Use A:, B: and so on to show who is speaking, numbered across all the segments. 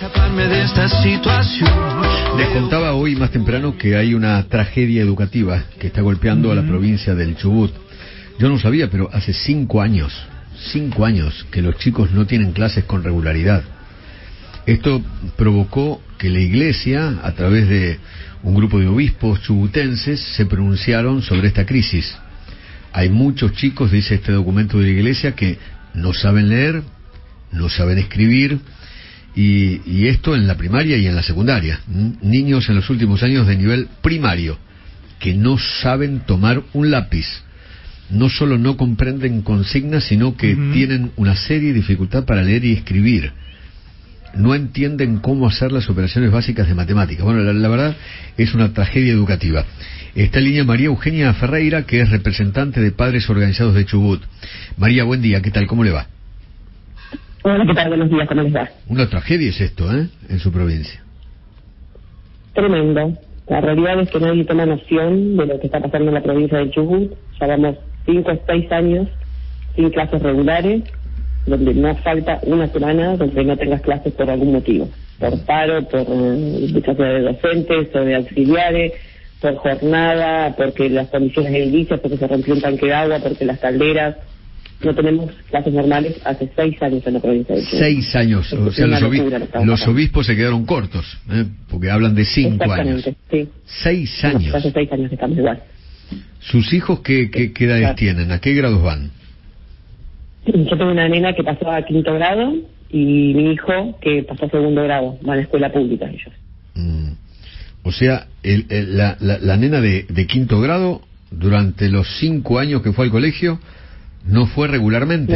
A: escaparme de esta situación.
B: Les contaba hoy más temprano que hay una tragedia educativa que está golpeando a la provincia del Chubut. Yo no sabía, pero hace 5 años que los chicos no tienen clases con regularidad. Esto provocó que la iglesia, a través de un grupo de obispos chubutenses, se pronunciaron sobre esta crisis. Hay muchos chicos, dice este documento de la iglesia, que no saben leer, no saben escribir, y esto en la primaria y en la secundaria. Niños en los últimos años de nivel primario que no saben tomar un lápiz. No solo no comprenden consignas, sino que tienen una seria dificultad para leer y escribir. No entienden cómo hacer las operaciones básicas de matemáticas. Bueno, la verdad es una tragedia educativa. Está en línea María Eugenia Ferreira, que es representante de Padres Organizados de Chubut. María, buen día, ¿qué tal? ¿Cómo le va?
C: Hola, ¿qué tal? Buenos días, ¿cómo les va?
B: Una tragedia es esto, en su provincia.
C: Tremendo. La realidad es que nadie toma noción de lo que está pasando en la provincia de Chubut. Llevamos 5 o 6 años sin clases regulares, donde no falta una semana donde no tengas clases por algún motivo. Por paro, por desastre de docentes o de auxiliares, por jornada, porque las condiciones edilicias, porque se rompió un tanque de agua, porque las calderas. No tenemos clases normales hace 6 años en la provincia de Chubut.
B: 6 años, o sea, los obispos se quedaron cortos, porque hablan de 5 años.
C: Sí.
B: 6 años.
C: No, hace 6 años que estamos igual.
B: ¿Sus hijos qué edades tienen? ¿A qué grados van?
C: Yo tengo una nena que pasó a 5º grado y mi hijo que pasó a 2º grado. Van a escuela pública ellos.
B: O sea, la nena de 5º grado, durante los 5 años que fue al colegio, ¿no fue regularmente?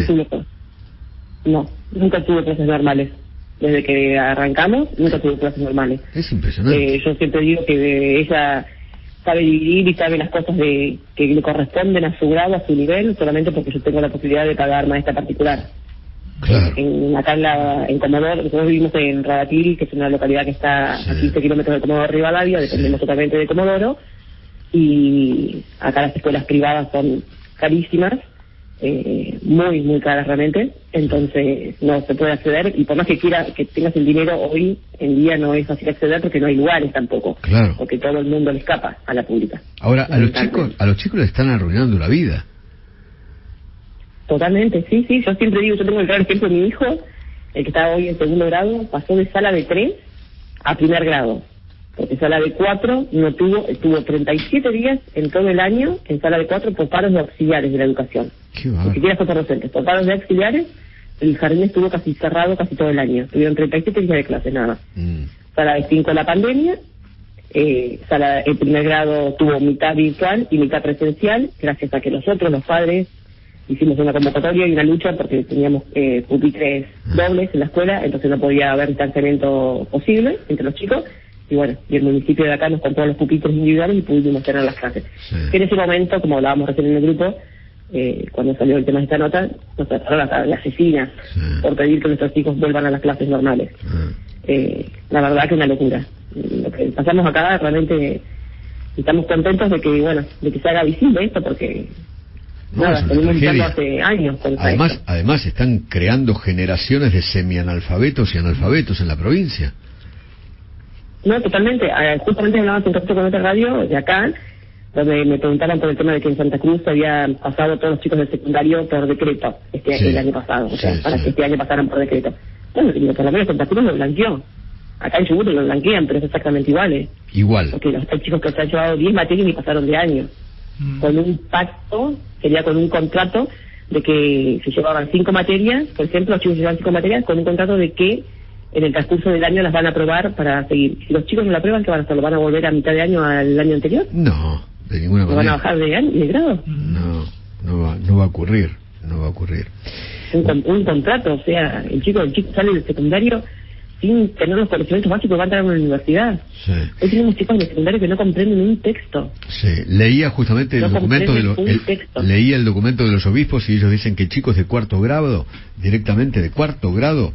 C: No, nunca tuve clases normales. Desde que arrancamos, nunca tuve clases normales.
B: Es impresionante.
C: Yo siempre digo que ella sabe dividir y sabe las cosas que le corresponden a su grado, a su nivel, solamente porque yo tengo la posibilidad de pagar maestra particular.
B: Claro.
C: Acá en Comodoro, nosotros vivimos en Radatil, que es una localidad que está a 15 kilómetros de Comodoro Rivadavia, dependemos totalmente de Comodoro, y acá las escuelas privadas son carísimas, muy, muy caras realmente, entonces no se puede acceder, y por más que quiera que tengas el dinero, hoy en día no es fácil acceder porque no hay lugares tampoco,
B: claro,
C: porque todo el mundo le escapa a la pública.
B: Ahora, a los chicos les están arruinando la vida.
C: Totalmente, sí, yo siempre digo, yo tengo el claro ejemplo de mi hijo, el que está hoy en 2º grado, pasó de sala de 3 a 1er grado. Porque sala de 4 estuvo 37 días en todo el año en sala de 4 por paros de auxiliares de la educación. Ni siquiera fue por docentes, por paros de auxiliares. El jardín estuvo casi cerrado casi todo el año. Tuvieron 37 días de clases nada más. Sala de 5 la pandemia. El 1er grado tuvo mitad virtual y mitad presencial, gracias a que nosotros, los padres, hicimos una convocatoria y una lucha porque teníamos pupitres dobles en la escuela, entonces no podía haber distanciamiento posible entre los chicos. Y bueno, y el municipio de acá nos compró los pupitres individuales y pudimos tener las clases. Que en ese momento, como hablábamos recién en el grupo, cuando salió el tema de esta nota, nos trataron hasta la asesina por pedir que nuestros hijos vuelvan a las clases normales. La verdad que una locura. Lo que pasamos acá realmente estamos contentos de que, bueno, de que se haga visible esto porque venimos luchando hace años contra esto.
B: Además están creando generaciones de semianalfabetos y analfabetos en la provincia.
C: No, totalmente. Justamente hablaba en contacto con otra radio de acá, donde me preguntaban por el tema de que en Santa Cruz se habían pasado todos los chicos del secundario por decreto el año pasado, o sea, para que este año pasaran por decreto. Bueno, digo, por lo menos Santa Cruz lo blanqueó. Acá en Chubut lo blanquean, pero es exactamente igual.
B: Igual.
C: Porque hay chicos que se han llevado 10 materias y pasaron de año. Con un pacto, sería con un contrato de que se llevaban 5 materias, por ejemplo, los chicos llevaban 5 materias, con un contrato de que en el transcurso del año las van a aprobar para seguir. Si los chicos no la aprueban, ¿qué van a hacer? ¿Lo van a volver a mitad de año al año anterior?
B: No, de ninguna manera.
C: ¿Lo van a bajar de año y de grado?
B: No va a ocurrir.
C: Un contrato, o sea, el chico sale del secundario sin tener los conocimientos básicos, va a entrar a una universidad. Hoy tenemos chicos de secundario que no comprenden un texto.
B: Leía justamente el documento leía el documento de los obispos y ellos dicen que chicos de 4º grado, directamente de 4º grado,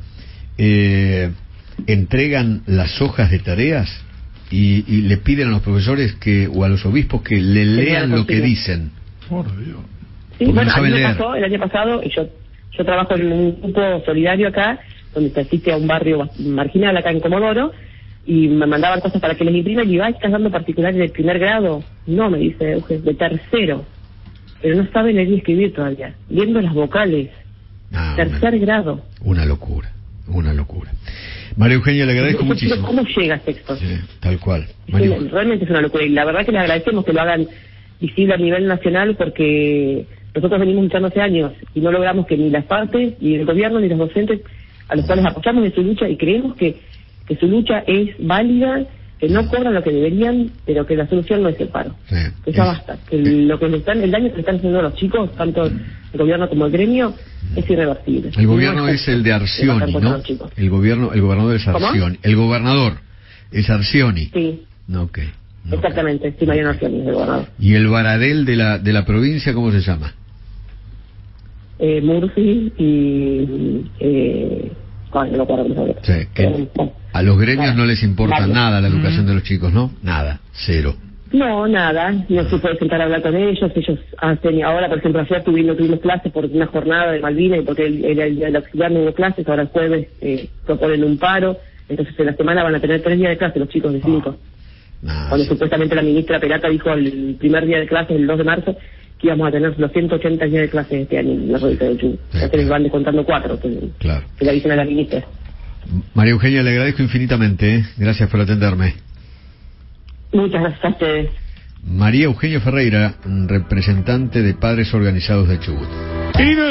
B: entregan las hojas de tareas y le piden a los profesores o a los obispos que le lean lo que dicen.
D: Por Dios.
C: Sí, bueno, a mí me pasó el año pasado, yo trabajo en un grupo solidario acá, donde se asiste a un barrio marginal acá en Comodoro, y me mandaban cosas para que les imprima, y digo, ¿estás dando particulares de primer grado? No, me dice Eugenio, de tercero. Pero no sabe leer y escribir todavía, viendo las vocales. Tercer grado.
B: Una locura, una locura. María Eugenia, le agradezco muchísimo.
C: ¿Cómo llega a sexto?
B: Sí, tal cual.
C: Realmente es una locura, y la verdad que les agradecemos que lo hagan visible a nivel nacional, porque nosotros venimos luchando hace años y no logramos que ni las partes, ni el gobierno, ni los docentes, a los cuales apoyamos en su lucha, y creemos que su lucha es válida, que no cobran lo que deberían, pero que la solución no es el paro.
B: Sí,
C: que ya basta, que lo que el daño que le están haciendo a los chicos, tanto el gobierno como el gremio, es irreversible.
B: El gobierno es el de Arcioni, ¿no? El gobernador es Arcioni. ¿Cómo? El gobernador es Arcioni.
C: Sí.
B: Okay.
C: Exactamente, sí, Mariano Arcioni es el gobernador.
B: ¿Y el Baradel de la provincia cómo se llama?
C: Murphy y... no me acuerdo.
B: Sí, a los gremios no les importa nada la educación de los chicos, ¿no? Nada, cero.
C: No, nada, no se puede sentar a hablar con ellos hacen, ahora por ejemplo ayer no tuvimos clases por una jornada de Malvinas, y porque el auxiliar no hubo clases, ahora el jueves proponen un paro, entonces en la semana van a tener 3 días de clase los chicos de 5. Cuando supuestamente la ministra Perata dijo el primer día de clases, el 2 de marzo, que íbamos a tener los 180 días de clases este año en la provincia del Chubut. Ya se les van descontando 4,
B: claro,
C: que le dicen a la ministra.
B: María Eugenia, le agradezco infinitamente, ¿eh? Gracias por atenderme.
C: Muchas gracias a ustedes.
B: María Eugenia Ferreira, representante de Padres Organizados de Chubut.